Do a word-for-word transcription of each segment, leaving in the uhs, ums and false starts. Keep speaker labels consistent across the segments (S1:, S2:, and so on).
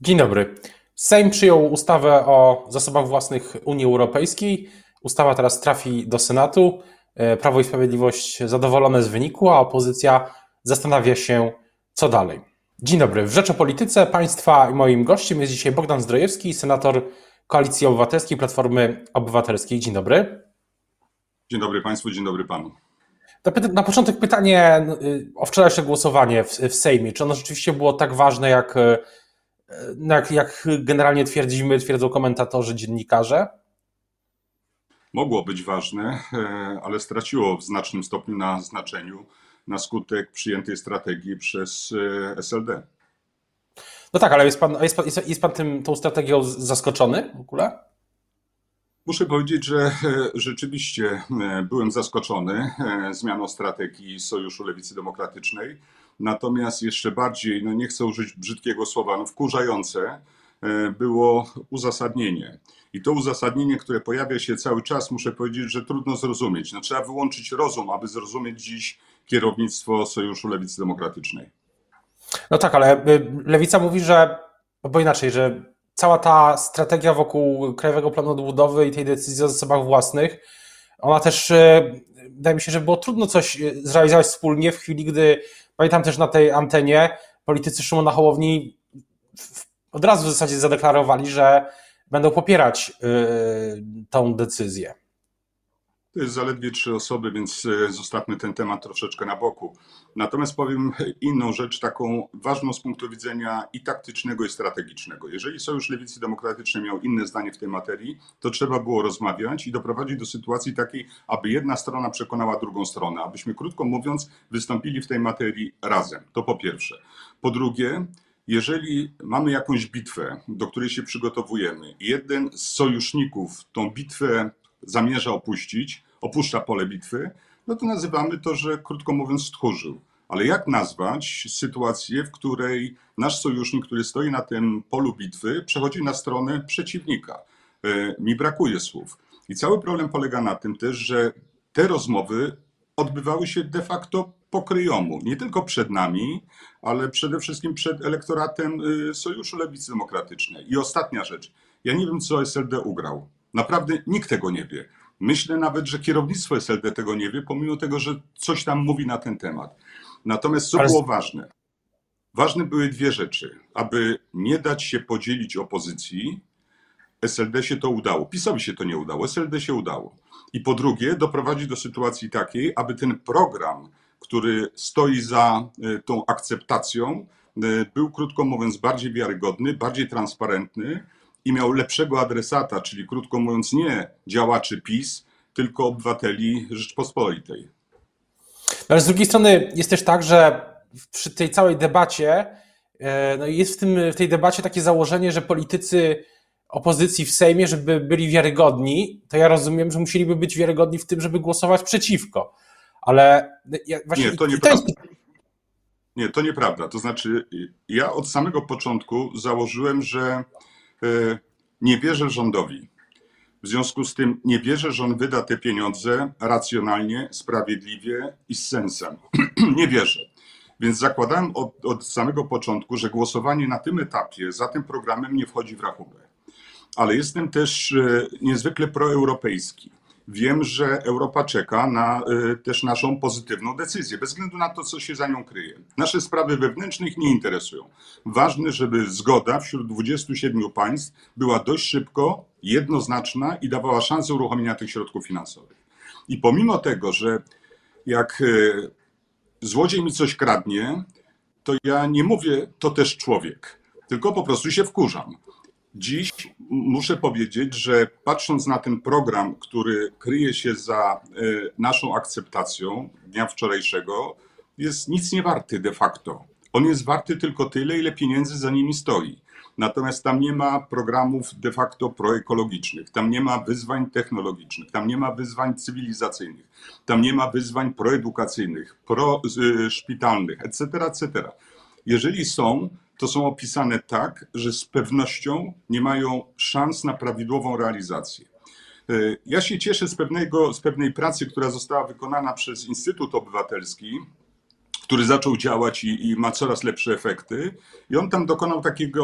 S1: Dzień dobry. Sejm przyjął ustawę o zasobach własnych Unii Europejskiej. Ustawa teraz trafi do Senatu. Prawo i Sprawiedliwość zadowolone z wyniku, a opozycja zastanawia się, co dalej. Dzień dobry. W Rzecz o Polityce Państwa i moim gościem jest dzisiaj Bogdan Zdrojewski, senator Koalicji Obywatelskiej, Platformy Obywatelskiej. Dzień dobry.
S2: Dzień dobry Państwu, dzień dobry Panu.
S1: Na początek pytanie o wczorajsze głosowanie w, w Sejmie. Czy ono rzeczywiście było tak ważne, jak, jak, jak generalnie twierdzimy, twierdzą komentatorzy, dziennikarze?
S2: Mogło być ważne, ale straciło w znacznym stopniu na znaczeniu na skutek przyjętej strategii przez S L D.
S1: No tak, ale jest pan, jest pan, jest pan tym, tą strategią zaskoczony w ogóle?
S2: Muszę powiedzieć, że rzeczywiście byłem zaskoczony zmianą strategii Sojuszu Lewicy Demokratycznej. Natomiast jeszcze bardziej, no nie chcę użyć brzydkiego słowa, no wkurzające było uzasadnienie. I to uzasadnienie, które pojawia się cały czas, muszę powiedzieć, że trudno zrozumieć. No, trzeba wyłączyć rozum, aby zrozumieć dziś kierownictwo Sojuszu Lewicy Demokratycznej.
S1: No tak, ale Lewica mówi, że, bo inaczej, że cała ta strategia wokół Krajowego Planu Odbudowy i tej decyzji o zasobach własnych, ona też, wydaje mi się, że było trudno coś zrealizować wspólnie w chwili, gdy, pamiętam też na tej antenie, politycy Szymona Hołowni od razu w zasadzie zadeklarowali, że będą popierać tą decyzję.
S2: To jest zaledwie trzy osoby, więc zostawmy ten temat troszeczkę na boku. Natomiast powiem inną rzecz, taką ważną z punktu widzenia i taktycznego, i strategicznego. Jeżeli Sojusz Lewicy Demokratycznej miał inne zdanie w tej materii, to trzeba było rozmawiać i doprowadzić do sytuacji takiej, aby jedna strona przekonała drugą stronę, abyśmy, krótko mówiąc, wystąpili w tej materii razem. To po pierwsze. Po drugie, jeżeli mamy jakąś bitwę, do której się przygotowujemy i jeden z sojuszników tą bitwę zamierza opuścić, opuszcza pole bitwy, no to nazywamy to, że krótko mówiąc stchórzył. Ale jak nazwać sytuację, w której nasz sojusznik, który stoi na tym polu bitwy, przechodzi na stronę przeciwnika? Mi brakuje słów. I cały problem polega na tym też, że te rozmowy odbywały się de facto po kryjomu. Nie tylko przed nami, ale przede wszystkim przed elektoratem Sojuszu Lewicy Demokratycznej. I ostatnia rzecz. Ja nie wiem, co S L D ugrał. Naprawdę nikt tego nie wie. Myślę nawet, że kierownictwo S L D tego nie wie, pomimo tego, że coś tam mówi na ten temat. Natomiast co było ważne? Ważne były dwie rzeczy. Aby nie dać się podzielić opozycji, S L D się to udało. PiS-owi się to nie udało, S L D się udało. I po drugie, doprowadzić do sytuacji takiej, aby ten program, który stoi za tą akceptacją, był, krótko mówiąc, bardziej wiarygodny, bardziej transparentny, i miał lepszego adresata, czyli krótko mówiąc nie działaczy PiS, tylko obywateli Rzeczpospolitej.
S1: Ale z drugiej strony jest też tak, że przy tej całej debacie, no jest w, tym, w tej debacie takie założenie, że politycy opozycji w Sejmie, żeby byli wiarygodni, to ja rozumiem, że musieliby być wiarygodni w tym, żeby głosować przeciwko. Ale ja właśnie...
S2: Nie, to nieprawda. Nie, to nieprawda. To znaczy ja od samego początku założyłem, że nie wierzę rządowi. W związku z tym nie wierzę, że on wyda te pieniądze racjonalnie, sprawiedliwie i z sensem. Nie wierzę. Więc zakładałem od, od samego początku, że głosowanie na tym etapie za tym programem nie wchodzi w rachubę. Ale jestem też niezwykle proeuropejski. Wiem, że Europa czeka na y, też naszą pozytywną decyzję, bez względu na to, co się za nią kryje. Nasze sprawy wewnętrzne ich nie interesują. Ważne, żeby zgoda wśród dwudziestu siedmiu państw była dość szybko, jednoznaczna i dawała szansę uruchomienia tych środków finansowych. I pomimo tego, że jak y, złodziej mi coś kradnie, to ja nie mówię, to też człowiek, tylko po prostu się wkurzam. Dziś muszę powiedzieć, że patrząc na ten program, który kryje się za naszą akceptacją dnia wczorajszego, jest nic nie warty de facto. On jest warty tylko tyle, ile pieniędzy za nimi stoi. Natomiast tam nie ma programów de facto proekologicznych, tam nie ma wyzwań technologicznych, tam nie ma wyzwań cywilizacyjnych, tam nie ma wyzwań proedukacyjnych, proszpitalnych, et cetera, et cetera. Jeżeli są, to są opisane tak, że z pewnością nie mają szans na prawidłową realizację. Ja się cieszę z, pewnego, z pewnej pracy, która została wykonana przez Instytut Obywatelski, który zaczął działać i, i ma coraz lepsze efekty. I on tam dokonał takiego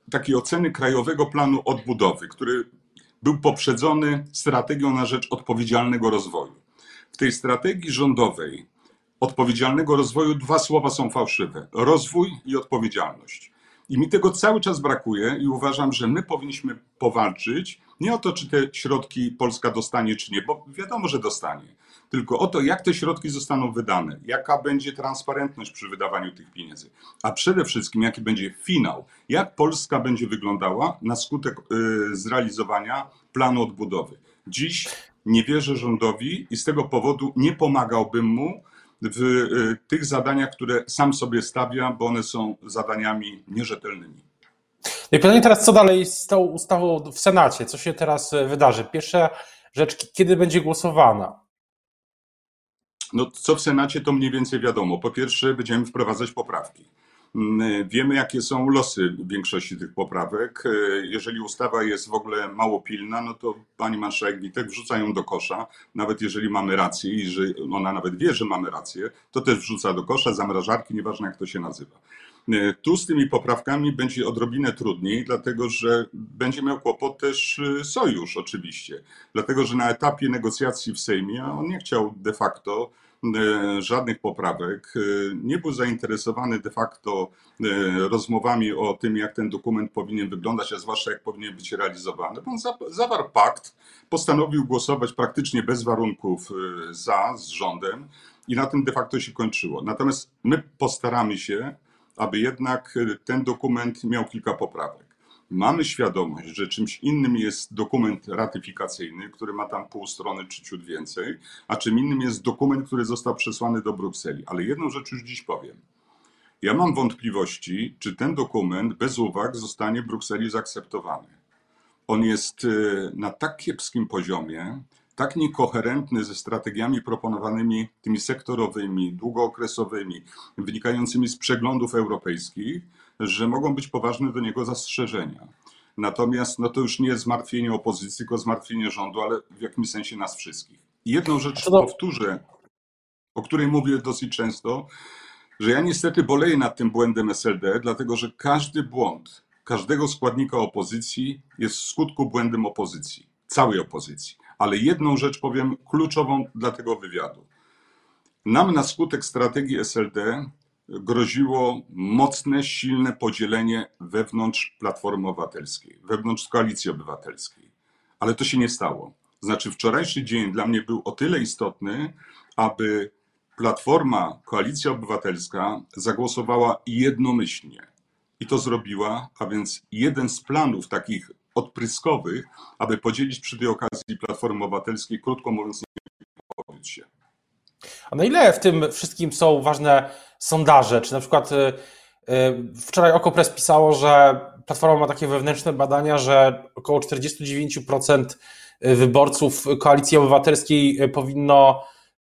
S2: takiej oceny Krajowego Planu Odbudowy, który był poprzedzony strategią na rzecz odpowiedzialnego rozwoju. W tej strategii rządowej odpowiedzialnego rozwoju dwa słowa są fałszywe: rozwój i odpowiedzialność. I mi tego cały czas brakuje i uważam, że my powinniśmy powalczyć nie o to, czy te środki Polska dostanie, czy nie, bo wiadomo, że dostanie, tylko o to, jak te środki zostaną wydane, jaka będzie transparentność przy wydawaniu tych pieniędzy, a przede wszystkim jaki będzie finał, jak Polska będzie wyglądała na skutek zrealizowania planu odbudowy. Dziś nie wierzę rządowi i z tego powodu nie pomagałbym mu w tych zadaniach, które sam sobie stawia, bo one są zadaniami nierzetelnymi.
S1: No i pytanie teraz, co dalej z tą ustawą w Senacie? Co się teraz wydarzy? Pierwsza rzecz, kiedy będzie głosowana?
S2: No, co w Senacie, to mniej więcej wiadomo. Po pierwsze, będziemy wprowadzać poprawki. Wiemy, jakie są losy większości tych poprawek. Jeżeli ustawa jest w ogóle mało pilna, no to pani marszałek Witek wrzuca ją do kosza. Nawet jeżeli mamy rację i że ona nawet wie, że mamy rację, to też wrzuca do kosza, zamrażarki, nieważne jak to się nazywa. Tu z tymi poprawkami będzie odrobinę trudniej, dlatego że będzie miał kłopot też Sojusz oczywiście. Dlatego że na etapie negocjacji w Sejmie on nie chciał de facto żadnych poprawek, nie był zainteresowany de facto rozmowami o tym, jak ten dokument powinien wyglądać, a zwłaszcza jak powinien być realizowany. On zawarł pakt, postanowił głosować praktycznie bez warunków za, z rządem i na tym de facto się kończyło. Natomiast my postaramy się, aby jednak ten dokument miał kilka poprawek. Mamy świadomość, że czymś innym jest dokument ratyfikacyjny, który ma tam pół strony czy ciut więcej, a czym innym jest dokument, który został przesłany do Brukseli. Ale jedną rzecz już dziś powiem. Ja mam wątpliwości, czy ten dokument bez uwag zostanie w Brukseli zaakceptowany. On jest na tak kiepskim poziomie, tak niekoherentny ze strategiami proponowanymi tymi sektorowymi, długookresowymi, wynikającymi z przeglądów europejskich, że mogą być poważne do niego zastrzeżenia. Natomiast no to już nie jest zmartwienie opozycji, tylko zmartwienie rządu, ale w jakimś sensie nas wszystkich. I jedną rzecz
S1: do...
S2: powtórzę, o której mówię dosyć często, że ja niestety boleję nad tym błędem S L D, dlatego że każdy błąd każdego składnika opozycji jest w skutku błędem opozycji, całej opozycji. Ale jedną rzecz powiem kluczową dla tego wywiadu. Nam na skutek strategii S L D groziło mocne, silne podzielenie wewnątrz Platformy Obywatelskiej, wewnątrz Koalicji Obywatelskiej. Ale to się nie stało. Znaczy wczorajszy dzień dla mnie był o tyle istotny, aby Platforma, Koalicja Obywatelska zagłosowała jednomyślnie. I to zrobiła, a więc jeden z planów takich odpryskowych, aby podzielić przy tej okazji Platformy Obywatelskiej, krótko mówiąc, nie powiedzieć się.
S1: A na ile w tym wszystkim są ważne sondaże? Czy na przykład wczoraj Okopres pisało, że Platforma ma takie wewnętrzne badania, że około czterdzieści dziewięć procent wyborców Koalicji Obywatelskiej powinno,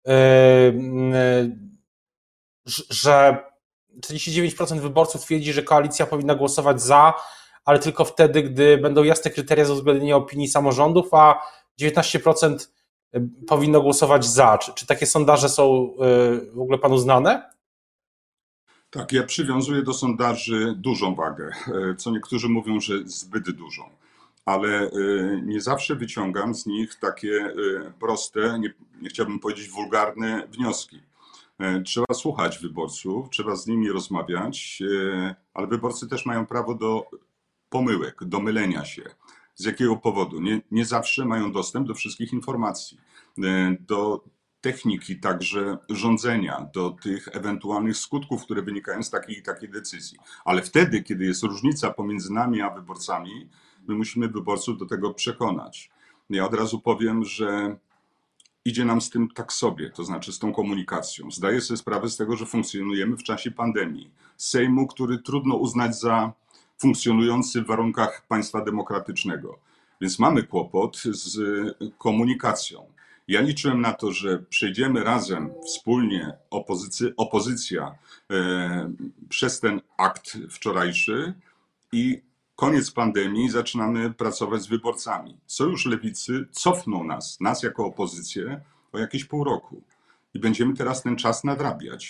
S1: że czterdzieści dziewięć procent wyborców twierdzi, że koalicja powinna głosować za, ale tylko wtedy, gdy będą jasne kryteria za uwzględnienie opinii samorządów, a dziewiętnaście procent powinno głosować za. Czy, czy takie sondaże są w ogóle panu znane?
S2: Tak, ja przywiązuję do sondaży dużą wagę, co niektórzy mówią, że zbyt dużą, ale nie zawsze wyciągam z nich takie proste, nie, nie chciałbym powiedzieć wulgarne wnioski. Trzeba słuchać wyborców, trzeba z nimi rozmawiać, ale wyborcy też mają prawo do pomyłek, do mylenia się. Z jakiego powodu? Nie, nie zawsze mają dostęp do wszystkich informacji, do techniki także rządzenia, do tych ewentualnych skutków, które wynikają z takiej i takiej decyzji. Ale wtedy, kiedy jest różnica pomiędzy nami a wyborcami, my musimy wyborców do tego przekonać. Ja od razu powiem, że idzie nam z tym tak sobie, to znaczy z tą komunikacją. Zdaję sobie sprawę z tego, że funkcjonujemy w czasie pandemii. Sejmu, który trudno uznać za funkcjonujący w warunkach państwa demokratycznego. Więc mamy kłopot z komunikacją. Ja liczyłem na to, że przejdziemy razem, wspólnie, opozycy, opozycja, e, przez ten akt wczorajszy i koniec pandemii zaczynamy pracować z wyborcami. Sojusz Lewicy cofnął nas, nas jako opozycję, o jakieś pół roku. I będziemy teraz ten czas nadrabiać.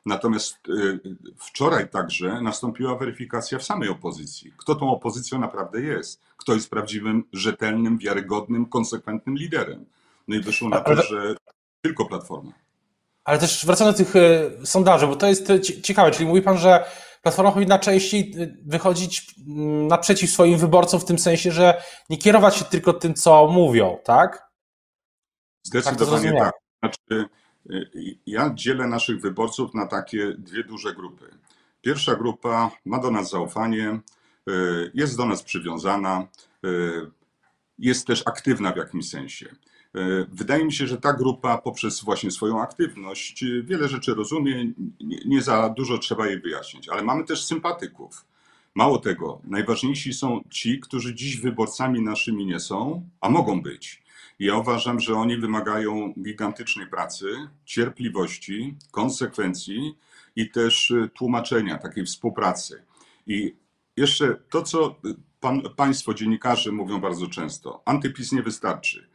S2: Natomiast wczoraj także nastąpiła weryfikacja w samej opozycji. Kto tą opozycją naprawdę jest? Kto jest prawdziwym, rzetelnym, wiarygodnym, konsekwentnym liderem? No i wyszło na to, że tylko Platforma.
S1: Ale też wracając do tych sondaży, bo to jest ciekawe, czyli mówi pan, że Platforma powinna częściej wychodzić naprzeciw swoim wyborcom w tym sensie, że nie kierować się tylko tym, co mówią, tak?
S2: Zdecydowanie tak. tak. Znaczy, ja dzielę naszych wyborców na takie dwie duże grupy. Pierwsza grupa ma do nas zaufanie, jest do nas przywiązana, jest też aktywna w jakimś sensie. Wydaje mi się, że ta grupa poprzez właśnie swoją aktywność wiele rzeczy rozumie, nie za dużo trzeba jej wyjaśnić, ale mamy też sympatyków. Mało tego, najważniejsi są ci, którzy dziś wyborcami naszymi nie są, a mogą być. Ja uważam, że oni wymagają gigantycznej pracy, cierpliwości, konsekwencji i też tłumaczenia, takiej współpracy. I jeszcze to, co pan, państwo, dziennikarze mówią bardzo często, antyPiS nie wystarczy.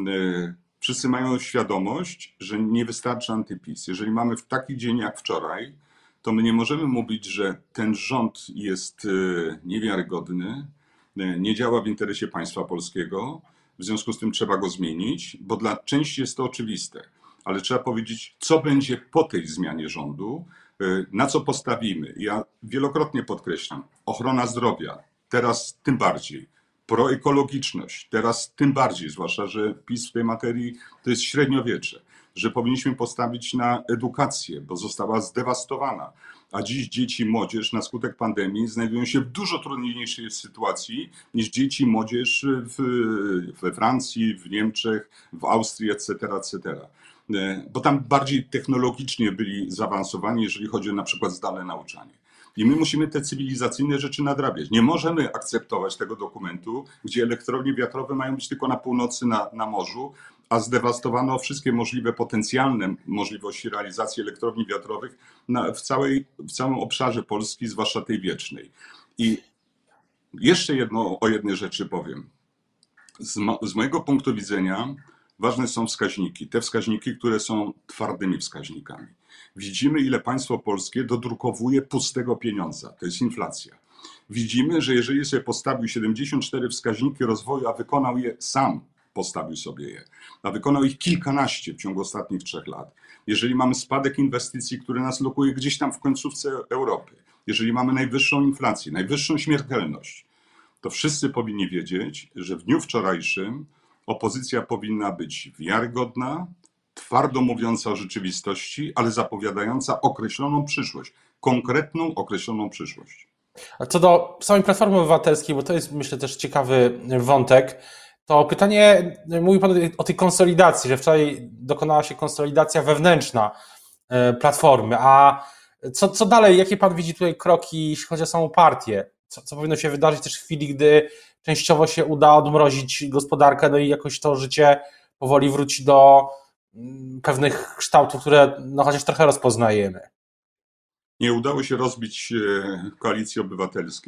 S2: Wszyscy mają świadomość, że nie wystarczy antyPiS. Jeżeli mamy w taki dzień jak wczoraj, to my nie możemy mówić, że ten rząd jest niewiarygodny, nie działa w interesie państwa polskiego, w związku z tym trzeba go zmienić, bo dla części jest to oczywiste, ale trzeba powiedzieć, co będzie po tej zmianie rządu, na co postawimy. Ja wielokrotnie podkreślam, ochrona zdrowia, teraz tym bardziej, proekologiczność, teraz tym bardziej, zwłaszcza, że PiS w tej materii to jest średniowiecze, że powinniśmy postawić na edukację, bo została zdewastowana, a dziś dzieci i młodzież na skutek pandemii znajdują się w dużo trudniejszej sytuacji niż dzieci i młodzież w, we Francji, w Niemczech, w Austrii, et cetera, et cetera. Bo tam bardziej technologicznie byli zaawansowani, jeżeli chodzi o na przykład zdalne nauczanie. I my musimy te cywilizacyjne rzeczy nadrabiać. Nie możemy akceptować tego dokumentu, gdzie elektrownie wiatrowe mają być tylko na północy, na, na morzu, a zdewastowano wszystkie możliwe, potencjalne możliwości realizacji elektrowni wiatrowych na, w, całej, w całym obszarze Polski, zwłaszcza tej wiecznej. I jeszcze jedno, o jednej rzeczy powiem. Z, mo, z mojego punktu widzenia ważne są wskaźniki. Te wskaźniki, które są twardymi wskaźnikami. Widzimy, ile państwo polskie dodrukowuje pustego pieniądza. To jest inflacja. Widzimy, że jeżeli sobie postawił siedemdziesiąt cztery wskaźniki rozwoju, a wykonał je sam, postawił sobie je, a wykonał ich kilkanaście w ciągu ostatnich trzech lat. Jeżeli mamy spadek inwestycji, który nas lokuje gdzieś tam w końcówce Europy, jeżeli mamy najwyższą inflację, najwyższą śmiertelność, to wszyscy powinni wiedzieć, że w dniu wczorajszym opozycja powinna być wiarygodna, twardo mówiąca o rzeczywistości, ale zapowiadająca określoną przyszłość, konkretną, określoną przyszłość.
S1: A co do samej Platformy Obywatelskiej, bo to jest, myślę, też ciekawy wątek, to pytanie, mówi pan o tej konsolidacji, że wczoraj dokonała się konsolidacja wewnętrzna Platformy, a co, co dalej, jakie pan widzi tutaj kroki, jeśli chodzi o samą partię? Co, co powinno się wydarzyć też w chwili, gdy częściowo się uda odmrozić gospodarkę, no i jakoś to życie powoli wróci do pewnych kształtów, które no chociaż trochę rozpoznajemy.
S2: Nie udało się rozbić Koalicji Obywatelskiej.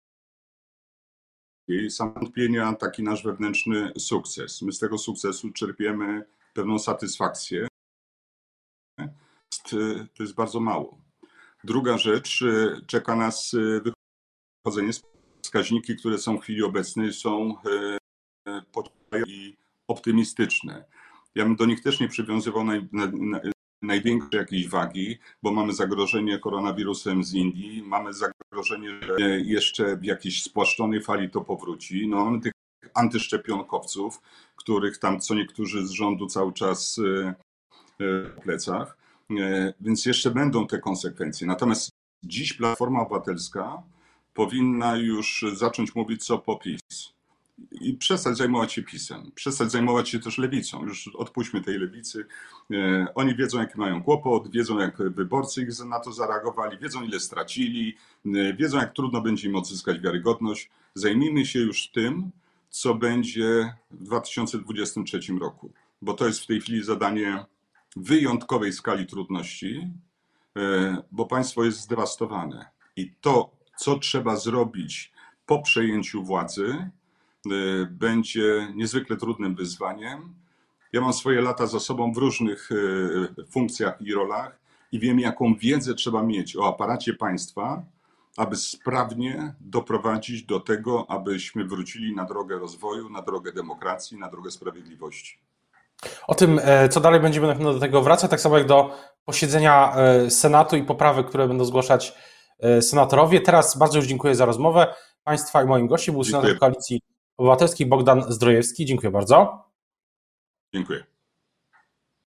S2: Sam wątpienia taki nasz wewnętrzny sukces. My z tego sukcesu czerpiemy pewną satysfakcję. To jest bardzo mało. Druga rzecz, czeka nas wychodzenie z wskaźniki, które są w chwili obecnej, są i optymistyczne. Ja bym do nich też nie przywiązywał naj, na, na, największej jakiejś wagi, bo mamy zagrożenie koronawirusem z Indii, mamy zagrożenie, że jeszcze w jakiejś spłaszczonej fali to powróci. No, mamy tych antyszczepionkowców, których tam co niektórzy z rządu cały czas w plecach, więc jeszcze będą te konsekwencje. Natomiast dziś Platforma Obywatelska powinna już zacząć mówić co po PiS. I przestać zajmować się PiS-em, przestać zajmować się też lewicą. Już odpuśćmy tej lewicy. Oni wiedzą, jaki mają kłopot, wiedzą, jak wyborcy ich na to zareagowali, wiedzą, ile stracili, wiedzą, jak trudno będzie im odzyskać wiarygodność. Zajmijmy się już tym, co będzie w dwa tysiące dwudziestym trzecim roku, bo to jest w tej chwili zadanie wyjątkowej skali trudności, bo państwo jest zdewastowane. I to, co trzeba zrobić po przejęciu władzy, będzie niezwykle trudnym wyzwaniem. Ja mam swoje lata za sobą w różnych funkcjach i rolach i wiem, jaką wiedzę trzeba mieć o aparacie państwa, aby sprawnie doprowadzić do tego, abyśmy wrócili na drogę rozwoju, na drogę demokracji, na drogę sprawiedliwości.
S1: O tym, co dalej, będziemy na pewno do tego wracać, tak samo jak do posiedzenia Senatu i poprawek, które będą zgłaszać senatorowie. Teraz bardzo już dziękuję za rozmowę Państwa i moim gościem był senator Koalicji Obywatelskiej Bogdan Zdrojewski. Dziękuję bardzo.
S2: Dziękuję.